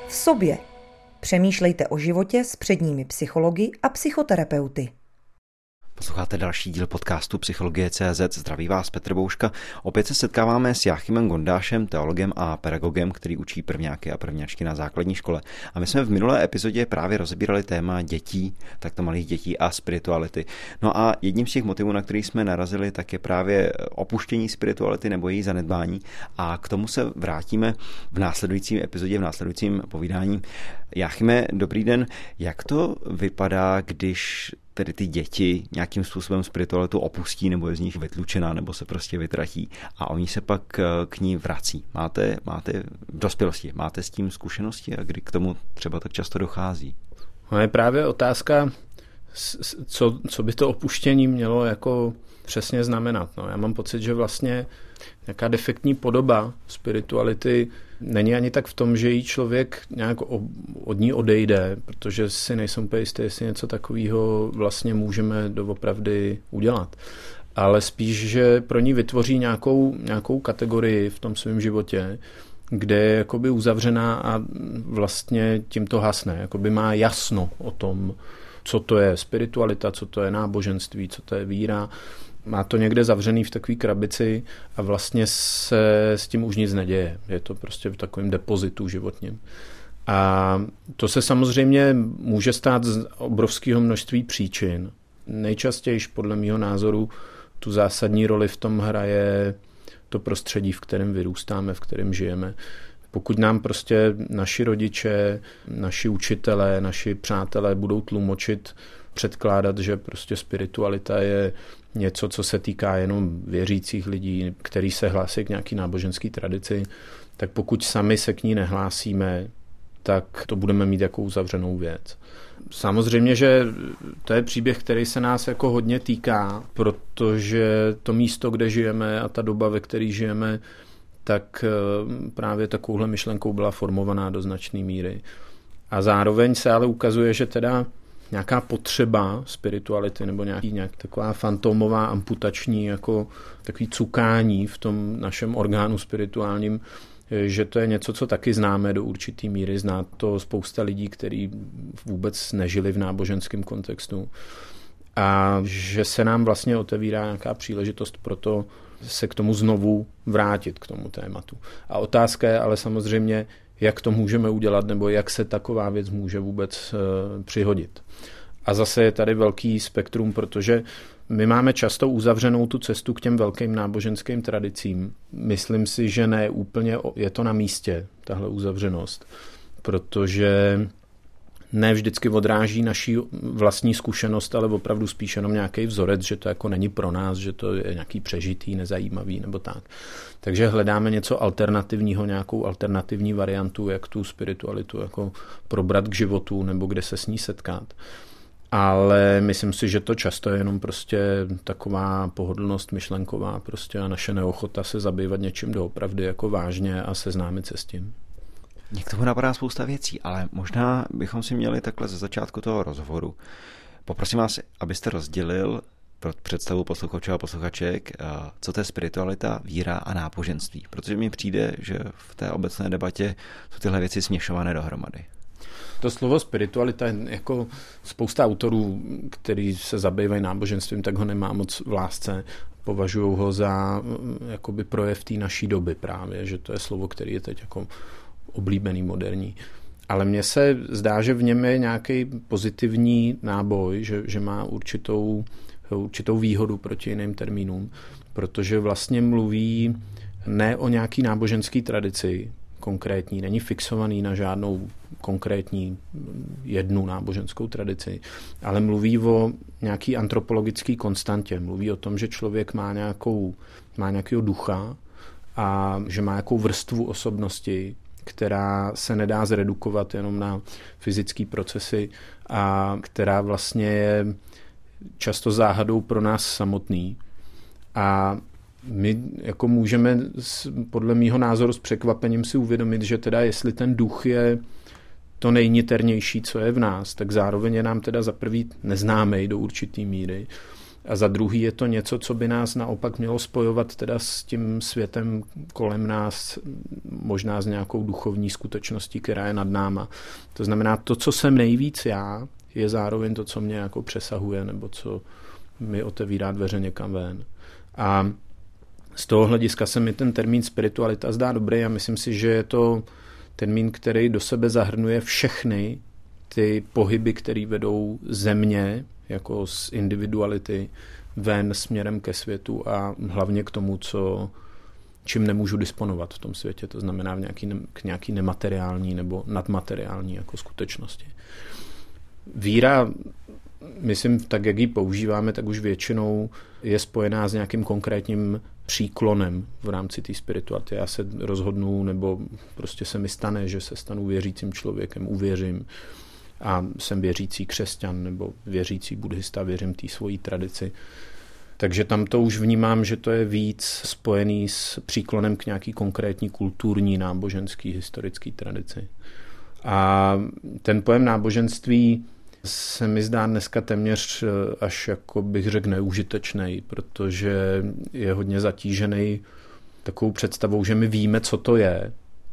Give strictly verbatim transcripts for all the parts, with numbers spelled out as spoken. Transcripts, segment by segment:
V sobě. Přemýšlejte o životě s předními psychology a psychoterapeuty. Posloucháte další díl podcastu Psychologie tečka cé zet. Zdraví vás Petr Bouška. Opět se setkáváme s Jáchymem Gondášem, teologem a pedagogem, který učí prvňáky a prvňačky na základní škole. A my jsme v minulé epizodě právě rozebírali téma dětí, takto malých dětí a spirituality. No a jedním z těch motivů, na který jsme narazili, tak je právě opuštění spirituality nebo její zanedbání. A k tomu se vrátíme v následujícím epizodě, v následujícím povídání. Jáchyme, dobrý den. Jak to vypadá, když tedy ty děti nějakým způsobem spiritualitu opustí nebo je z nich vytlučená nebo se prostě vytratí a oni se pak k ní vrací? Máte, máte v dospělosti, máte s tím zkušenosti a kdy k tomu třeba tak často dochází? No je právě otázka, co, co by to opuštění mělo jako přesně znamenat. No, já mám pocit, že vlastně nějaká defektní podoba spirituality není ani tak v tom, že jí člověk nějak od ní odejde, protože si nejsem úplně jistý, jestli něco takového vlastně můžeme doopravdy udělat. Ale spíš, že pro ní vytvoří nějakou, nějakou kategorii v tom svém životě, kde je jakoby uzavřená a vlastně tím to hasne. Jakoby má jasno o tom, co to je spiritualita, co to je náboženství, co to je víra. Má to někde zavřený v takové krabici a vlastně se s tím už nic neděje. Je to prostě v takovém depozitu životním. A to se samozřejmě může stát z obrovského množství příčin. Nejčastěji, podle mého názoru, tu zásadní roli v tom hraje to prostředí, v kterém vyrůstáme, v kterém žijeme. Pokud nám prostě naši rodiče, naši učitelé, naši přátelé budou tlumočit, předkládat, že prostě spiritualita je něco, co se týká jenom věřících lidí, který se hlásí k nějaký náboženský tradici, tak pokud sami se k ní nehlásíme, tak to budeme mít jako uzavřenou věc. Samozřejmě, že to je příběh, který se nás jako hodně týká, protože to místo, kde žijeme a ta doba, ve které žijeme, tak právě takovouhle myšlenkou byla formovaná do značné míry. A zároveň se ale ukazuje, že teda nějaká potřeba spirituality nebo nějaký, nějak taková fantomová amputační jako takový cukání v tom našem orgánu spirituálním, že to je něco, co taky známe do určitý míry. Zná to spousta lidí, kteří vůbec nežili v náboženském kontextu. A že se nám vlastně otevírá nějaká příležitost pro to se k tomu znovu vrátit, k tomu tématu. A otázka je ale samozřejmě, jak to můžeme udělat, nebo jak se taková věc může vůbec e, přihodit. A zase je tady velký spektrum, protože my máme často uzavřenou tu cestu k těm velkým náboženským tradicím. Myslím si, že ne úplně je to na místě, tahle uzavřenost, protože ne vždycky odráží naši vlastní zkušenost, ale opravdu spíš jenom nějaký vzorec, že to jako není pro nás, že to je nějaký přežitý, nezajímavý nebo tak. Takže hledáme něco alternativního, nějakou alternativní variantu, jak tu spiritualitu jako probrat k životu nebo kde se s ní setkat. Ale myslím si, že to často je jenom prostě taková pohodlnost myšlenková prostě a naše neochota se zabývat něčím doopravdy jako vážně a seznámit se s tím. Mě k tomu napadá spousta věcí, ale možná bychom si měli takhle ze začátku toho rozhovoru. Poprosím vás, abyste rozdělil pro představu posluchačů a posluchaček, co to je spiritualita, víra a náboženství. Protože mi přijde, že v té obecné debatě jsou tyhle věci směšované dohromady. To slovo spiritualita, jako spousta autorů, kteří se zabývají náboženstvím, tak ho nemá moc v lásce. Považují ho za jakoby projev té naší doby právě, že to je slovo, který je teď jako oblíbený, moderní. Ale mně se zdá, že v něm je nějaký pozitivní náboj, že, že má určitou, určitou výhodu proti jiným termínům, protože vlastně mluví ne o nějaký náboženský tradici konkrétní, není fixovaný na žádnou konkrétní jednu náboženskou tradici, ale mluví o nějaký antropologický konstantě. Mluví o tom, že člověk má nějakou, má nějakého ducha a že má nějakou vrstvu osobnosti, která se nedá zredukovat jenom na fyzické procesy a která vlastně je často záhadou pro nás samotný. A my jako můžeme podle mýho názoru s překvapením si uvědomit, že teda jestli ten duch je to nejniternější, co je v nás, tak zároveň je nám teda za prvý neznámej do určitý míry A za druhý je to něco, co by nás naopak mělo spojovat teda s tím světem kolem nás, možná s nějakou duchovní skutečností, která je nad náma. To znamená, to, co jsem nejvíc já, je zároveň to, co mě jako přesahuje, nebo co mi otevírá dveře někam ven. A z toho hlediska se mi ten termín spiritualita zdá dobrý a myslím si, že je to termín, který do sebe zahrnuje všechny ty pohyby, které vedou země, jako z individuality, ven směrem ke světu a hlavně k tomu, co, čím nemůžu disponovat v tom světě, to znamená v nějaký, k nějaký nemateriální nebo nadmateriální jako skutečnosti. Víra, myslím, tak jak ji používáme, tak už většinou je spojená s nějakým konkrétním příklonem v rámci té spirituality. Já se rozhodnu, nebo prostě se mi stane, že se stanu věřícím člověkem, uvěřím a jsem věřící křesťan nebo věřící buddhista, věřím té svojí tradici. Takže tam to už vnímám, že to je víc spojený s příklonem k nějaký konkrétní kulturní, náboženský, historický tradici. A ten pojem náboženství se mi zdá dneska téměř až, jako bych řekl, neužitečný, protože je hodně zatížený takovou představou, že my víme, co to je,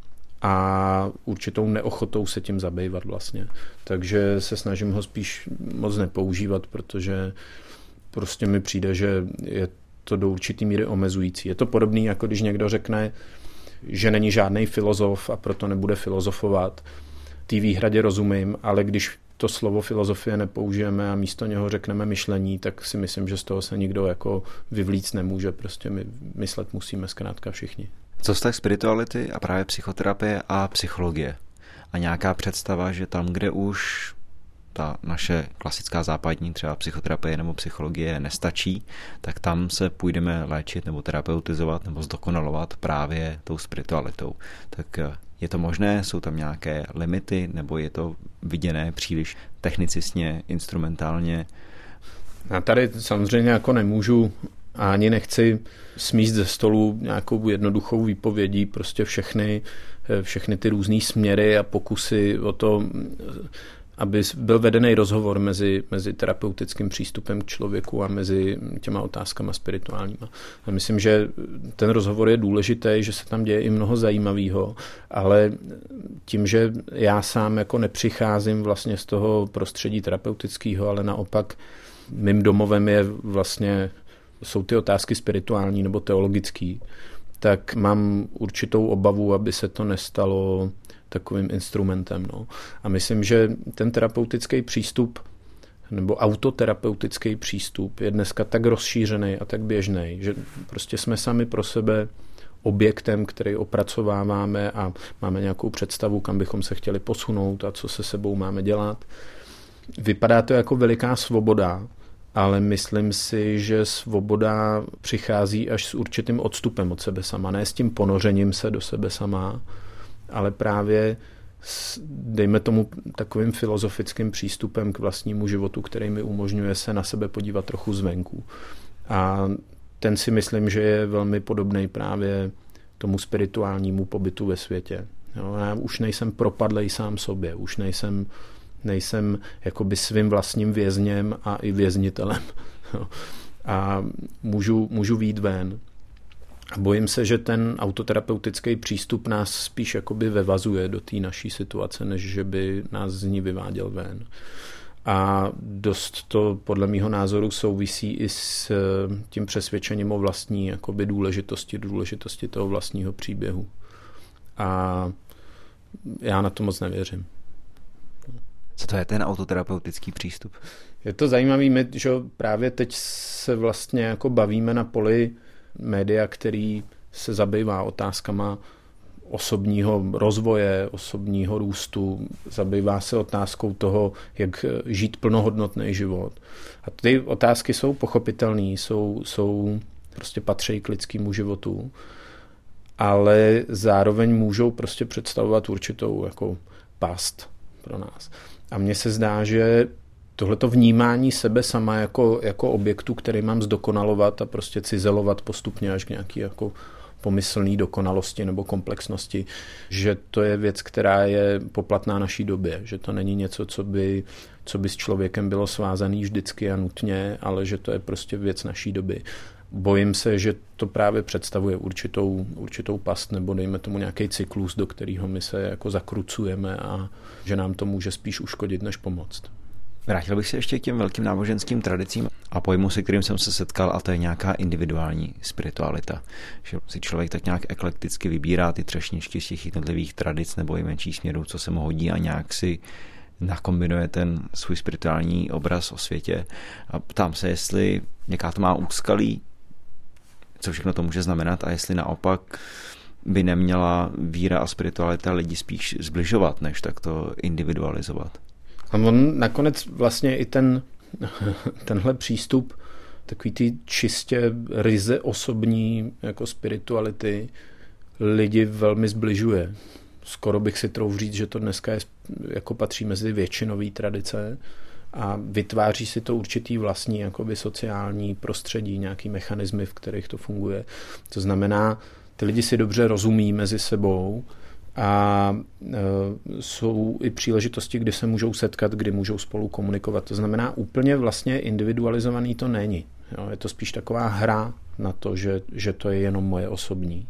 a určitou neochotou se tím zabývat vlastně. Takže se snažím ho spíš moc nepoužívat, protože prostě mi přijde, že je to do určitý míry omezující. Je to podobný, jako když někdo řekne, že není žádný filozof a proto nebude filozofovat. Té výhradě rozumím, ale když to slovo filozofie nepoužijeme a místo něho řekneme myšlení, tak si myslím, že z toho se nikdo jako vyvlíct nemůže. Prostě my myslet musíme zkrátka všichni. Co vztah spirituality a právě psychoterapie a psychologie? A nějaká představa, že tam, kde už ta naše klasická západní třeba psychoterapie nebo psychologie nestačí, tak tam se půjdeme léčit nebo terapeutizovat nebo zdokonalovat právě tou spiritualitou. Tak je to možné? Jsou tam nějaké limity nebo je to viděné příliš technicistně, instrumentálně? Já tady samozřejmě jako nemůžu a ani nechci smíst ze stolu nějakou jednoduchou výpovědí, prostě všechny, všechny ty různý směry a pokusy o to, aby byl vedený rozhovor mezi, mezi terapeutickým přístupem k člověku a mezi těma otázkama spirituálníma. A myslím, že ten rozhovor je důležitý, že se tam děje i mnoho zajímavého, ale tím, že já sám jako nepřicházím vlastně z toho prostředí terapeutického, ale naopak mým domovem je vlastně jsou ty otázky spirituální nebo teologický, tak mám určitou obavu, aby se to nestalo takovým instrumentem. No. A myslím, že ten terapeutický přístup nebo autoterapeutický přístup je dneska tak rozšířený a tak běžný, že prostě jsme sami pro sebe objektem, který opracováváme a máme nějakou představu, kam bychom se chtěli posunout a co se sebou máme dělat. Vypadá to jako veliká svoboda, ale myslím si, že svoboda přichází až s určitým odstupem od sebe sama. Ne s tím ponořením se do sebe sama, ale právě s, dejme tomu, takovým filozofickým přístupem k vlastnímu životu, který mi umožňuje se na sebe podívat trochu zvenku. A ten si myslím, že je velmi podobný právě tomu spirituálnímu pobytu ve světě. Jo, já už nejsem propadlej sám sobě, už nejsem nejsem jakoby svým vlastním vězněm a i věznitelem. A můžu, můžu vyjít ven. A bojím se, že ten autoterapeutický přístup nás spíš jakoby vevazuje do té naší situace, než že by nás z ní vyváděl ven. A dost to podle mýho názoru souvisí i s tím přesvědčením o vlastní jakoby důležitosti, důležitosti toho vlastního příběhu. A já na to moc nevěřím. Co to je ten autoterapeutický přístup? Je to zajímavý, my, že právě teď se vlastně jako bavíme na poli média, který se zabývá otázkama osobního rozvoje, osobního růstu, zabývá se otázkou toho, jak žít plnohodnotný život. A ty otázky jsou pochopitelné, jsou, jsou prostě patří k lidskému životu, ale zároveň můžou prostě představovat určitou jako past pro nás. A mně se zdá, že tohleto vnímání sebe sama jako, jako objektu, který mám zdokonalovat a prostě cizelovat postupně až k nějaký jako pomyslné dokonalosti nebo komplexnosti, že to je věc, která je poplatná naší době, že to není něco, co by, co by s člověkem bylo svázané vždycky a nutně, ale že to je prostě věc naší doby. Bojím se, že to právě představuje určitou, určitou past nebo dejme tomu nějaký cyklus, do kterého my se jako zakrucujeme a že nám to může spíš uškodit, než pomoct. Vrátil bych se ještě k těm velkým náboženským tradicím a pojmu, se kterým jsem se setkal, a to je nějaká individuální spiritualita. Že si člověk tak nějak eklekticky vybírá ty třešničky z těch jednotlivých tradic nebo i menších směrů, co se mu hodí a nějak si nakombinuje ten svůj spirituální obraz o světě. A ptám se, jestli nějaká to má úskalí, co všechno to může znamenat a jestli naopak by neměla víra a spiritualita lidi spíš zbližovat, než tak to individualizovat. A on nakonec vlastně i ten, tenhle přístup takový ty čistě ryze osobní jako spirituality lidi velmi zbližuje. Skoro bych si troufl říct, že to dneska je, jako patří mezi většinový tradice a vytváří si to určitý vlastní jakoby sociální prostředí, nějaký mechanismy, v kterých to funguje. To znamená, ty lidi si dobře rozumí mezi sebou a e, jsou i příležitosti, kdy se můžou setkat, kdy můžou spolu komunikovat. To znamená, úplně vlastně individualizovaný to není. Jo, je to spíš taková hra na to, že, že to je jenom moje osobní.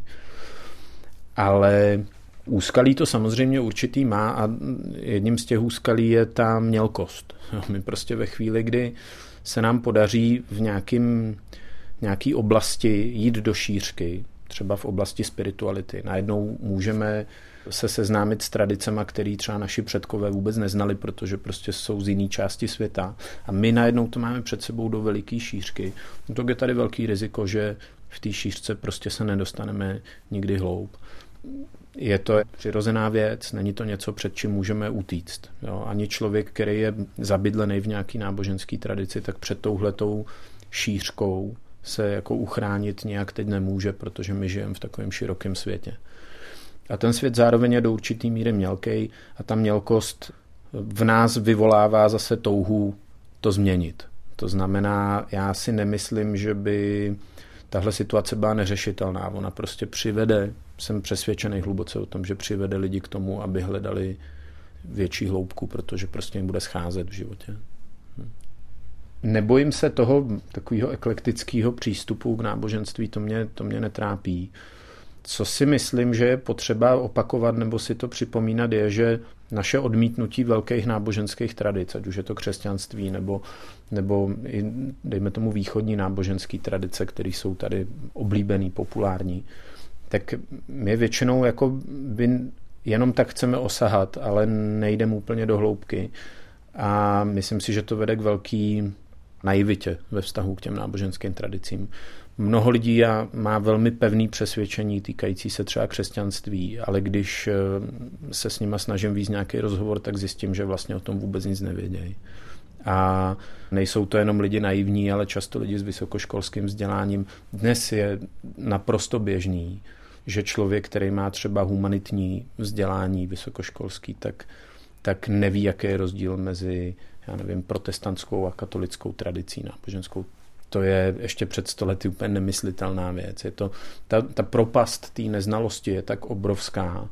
Ale úskalí to samozřejmě určitý má a jedním z těch úskalí je ta mělkost. Jo, my prostě ve chvíli, kdy se nám podaří v nějakým, nějaký oblasti jít do šířky, třeba v oblasti spirituality, najednou můžeme se seznámit s tradicemi, které třeba naši předkové vůbec neznali, protože prostě jsou z jiné části světa. A my najednou to máme před sebou do veliké šířky. No to je tady velký riziko, že v té šířce prostě se nedostaneme nikdy hloub. Je to přirozená věc, není to něco, před čím můžeme utíct. Jo? Ani člověk, který je zabydlený v nějaký náboženské tradici, tak před touhletou šířkou se jako uchránit nějak teď nemůže, protože my žijeme v takovém širokém světě. A ten svět zároveň je do určitý míry mělkej a ta mělkost v nás vyvolává zase touhu to změnit. To znamená, já si nemyslím, že by tahle situace byla neřešitelná. Ona prostě přivede, jsem přesvědčený hluboce o tom, že přivede lidi k tomu, aby hledali větší hloubku, protože prostě jim bude scházet v životě. Nebojím se toho takového eklektického přístupu k náboženství, to mě, to mě netrápí. Co si myslím, že je potřeba opakovat nebo si to připomínat, je, že naše odmítnutí velkých náboženských tradic, ať už je to křesťanství nebo, nebo i, dejme tomu východní náboženské tradice, které jsou tady oblíbený, populární, tak my většinou jako by jenom tak chceme osahat, ale nejdeme úplně do hloubky. A myslím si, že to vede k velký naivitě ve vztahu k těm náboženským tradicím. Mnoho lidí má velmi pevný přesvědčení týkající se třeba křesťanství, ale když se s nima snažím víc nějaký rozhovor, tak zjistím, že vlastně o tom vůbec nic nevědějí. A nejsou to jenom lidi naivní, ale často lidi s vysokoškolským vzděláním. Dnes je naprosto běžný, že člověk, který má třeba humanitní vzdělání vysokoškolský, tak, tak neví, jaký je rozdíl mezi, já nevím, protestantskou a katolickou tradicí náboženskou. To je ještě před sto lety úplně nemyslitelná věc. Je to, ta, ta propast té neznalosti je tak obrovská,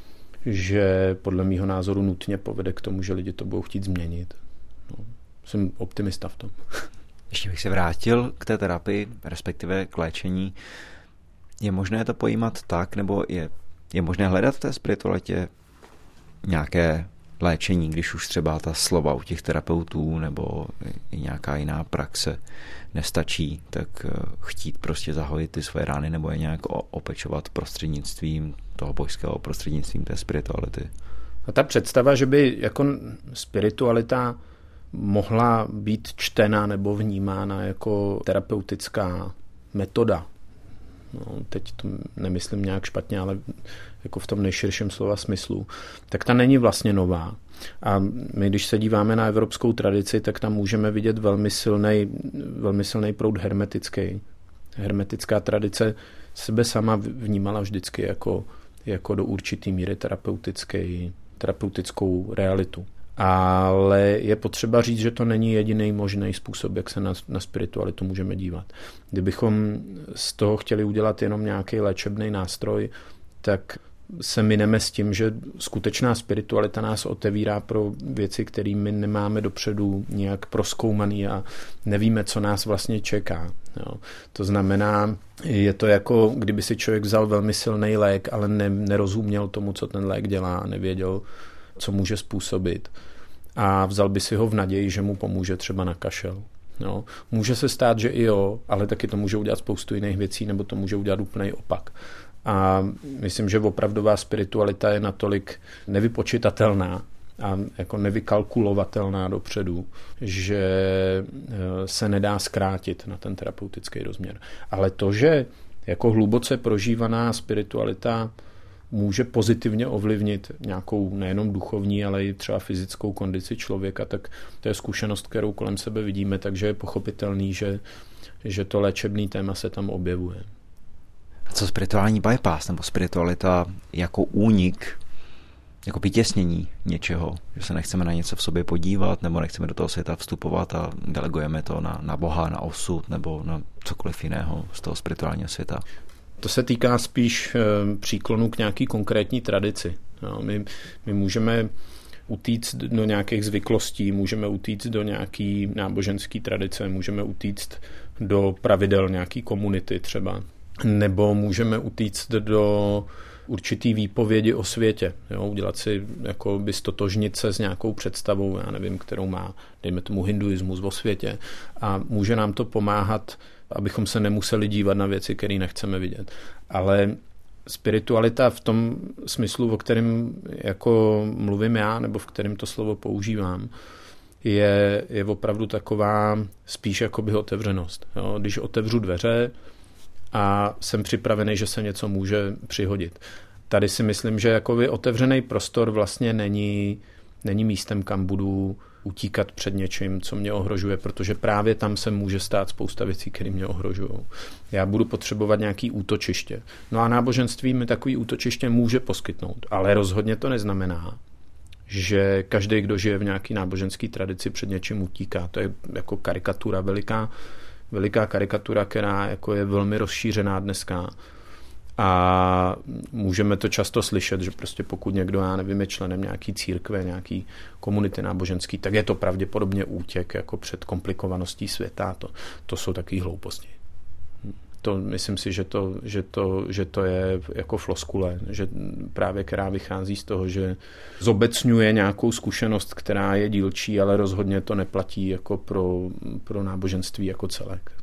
že podle mýho názoru nutně povede k tomu, že lidi to budou chtít změnit. No, jsem optimista v tom. Ještě bych se vrátil k té terapii, respektive k léčení. Je možné to pojímat tak, nebo je, je možné hledat v té spiritualitě nějaké léčení, když už třeba ta slova u těch terapeutů nebo i nějaká jiná praxe nestačí, tak chtít prostě zahojit ty svoje rány nebo je nějak opečovat prostřednictvím toho božského, prostřednictvím té spirituality. A ta představa, že by jako spiritualita mohla být čtena nebo vnímána jako terapeutická metoda, no, teď to nemyslím nějak špatně, ale jako v tom nejširším slova smyslu, tak ta není vlastně nová. A my, když se díváme na evropskou tradici, tak tam můžeme vidět velmi silný, velmi silný proud hermetický. Hermetická tradice sebe sama vnímala vždycky jako, jako do určitý míry terapeutický, terapeutickou realitu. Ale je potřeba říct, že to není jediný možný způsob, jak se na, na spiritualitu můžeme dívat. Kdybychom z toho chtěli udělat jenom nějaký léčebný nástroj, tak se mineme s tím, že skutečná spiritualita nás otevírá pro věci, které my nemáme dopředu nějak prozkoumaný a nevíme, co nás vlastně čeká. Jo. To znamená, je to jako, kdyby si člověk vzal velmi silný lék, ale ne, nerozuměl tomu, co ten lék dělá a nevěděl, co může způsobit. A vzal by si ho v naději, že mu pomůže třeba na kašel. Jo. Může se stát, že i jo, ale taky to může udělat spoustu jiných věcí, nebo to může udělat úplný opak. A myslím, že opravdová spiritualita je natolik nevypočitatelná a jako nevykalkulovatelná dopředu, že se nedá zkrátit na ten terapeutický rozměr. Ale to, že jako hluboce prožívaná spiritualita může pozitivně ovlivnit nějakou nejenom duchovní, ale i třeba fyzickou kondici člověka, tak to je zkušenost, kterou kolem sebe vidíme, takže je pochopitelný, že, že to léčebný téma se tam objevuje. A co spirituální bypass nebo spiritualita jako únik, jako vytěsnění něčeho, že se nechceme na něco v sobě podívat nebo nechceme do toho světa vstupovat a delegujeme to na, na Boha, na osud nebo na cokoliv jiného z toho spirituálního světa? To se týká spíš příklonu k nějaký konkrétní tradici. No, my, my můžeme utíct do nějakých zvyklostí, můžeme utíct do nějaký náboženské tradice, můžeme utíct do pravidel nějaký komunity třeba, nebo můžeme utíct do určitý výpovědi o světě. Jo? Udělat si, jako by stotožnit se s nějakou představou, já nevím, kterou má, dejme tomu, hinduismus o světě a může nám to pomáhat, abychom se nemuseli dívat na věci, které nechceme vidět. Ale spiritualita v tom smyslu, o kterém jako mluvím já, nebo v kterém to slovo používám, je, je opravdu taková spíš jakoby otevřenost. Jo? Když otevřu dveře a jsem připravený, že se něco může přihodit. Tady si myslím, že jakoby otevřený prostor vlastně není, není místem, kam budu utíkat před něčím, co mě ohrožuje, protože právě tam se může stát spousta věcí, které mě ohrožují. Já budu potřebovat nějaký útočiště. No a náboženství mi takový útočiště může poskytnout, ale rozhodně to neznamená, že každý, kdo žije v nějaký náboženské tradici, před něčím utíká. To je jako karikatura, veliká, veliká karikatura, která jako je velmi rozšířená dneska. A můžeme to často slyšet, že prostě pokud někdo, já nevím, je členem nějaký církve, nějaký komunity náboženský, tak je to pravděpodobně útěk jako před komplikovaností světa. To, to jsou taky hlouposti. To myslím si, že to, že, to, že to je jako floskule, že právě která vychází z toho, že zobecňuje nějakou zkušenost, která je dílčí, ale rozhodně to neplatí jako pro, pro náboženství jako celek.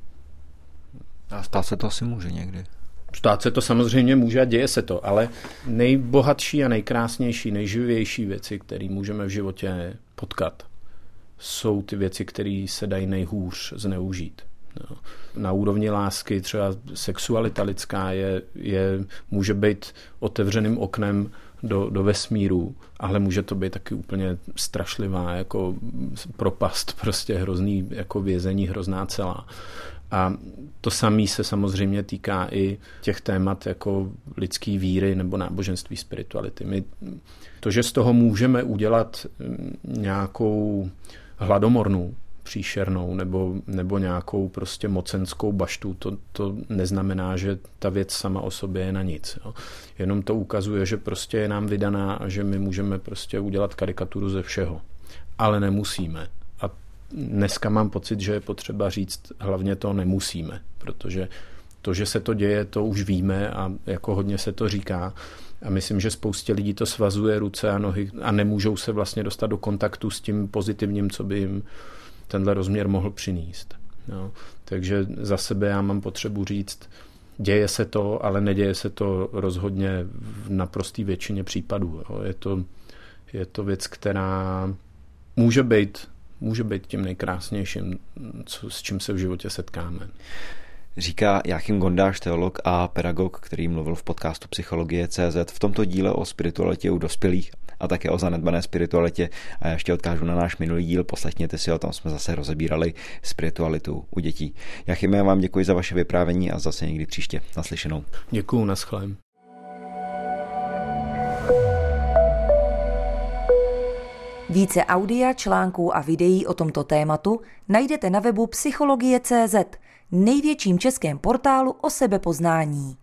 A stát se to asi může někdy. Stát se to samozřejmě může a děje se to, ale nejbohatší a nejkrásnější, nejživější věci, které můžeme v životě potkat, jsou ty věci, které se dají nejhůř zneužít. No. Na úrovni lásky třeba sexualita lidská je, je, může být otevřeným oknem do, do vesmíru, ale může to být taky úplně strašlivá jako propast, prostě hrozný jako vězení, hrozná celá. A to samé se samozřejmě týká i těch témat jako lidský víry nebo náboženství, spirituality. My, to, že z toho můžeme udělat nějakou hladomornu příšernou nebo, nebo nějakou prostě mocenskou baštu, to, to neznamená, že ta věc sama o sobě je na nic. Jo. Jenom to ukazuje, že prostě je nám vydaná a že my můžeme prostě udělat karikaturu ze všeho. Ale nemusíme. A dneska mám pocit, že je potřeba říct, hlavně to nemusíme, protože to, že se to děje, to už víme a jako hodně se to říká. A myslím, že spoustě lidí to svazuje ruce a nohy a nemůžou se vlastně dostat do kontaktu s tím pozitivním, co by jim tenhle rozměr mohl přinést. No. Takže za sebe já mám potřebu říct, děje se to, ale neděje se to rozhodně v naprosté většině případů. Jo. Je to, je to věc, která může být, může být tím nejkrásnějším, co, s čím se v životě setkáme. Říká Jáchym Gondáš, teolog a pedagog, který mluvil v podcastu Psychologie tečka cé zet v tomto díle o spiritualitě u dospělých a také o zanedbané spiritualitě. A já ještě odkážu na náš minulý díl, poslechněte si ho, tam jsme zase rozebírali spiritualitu u dětí. Jáchyme, já vám děkuji za vaše vyprávění a zase někdy příště. Naslyšenou. Děkuju, naschle. Více audia, článků a videí o tomto tématu najdete na webu psychologie tečka cé zet, největším českém portálu o sebepoznání.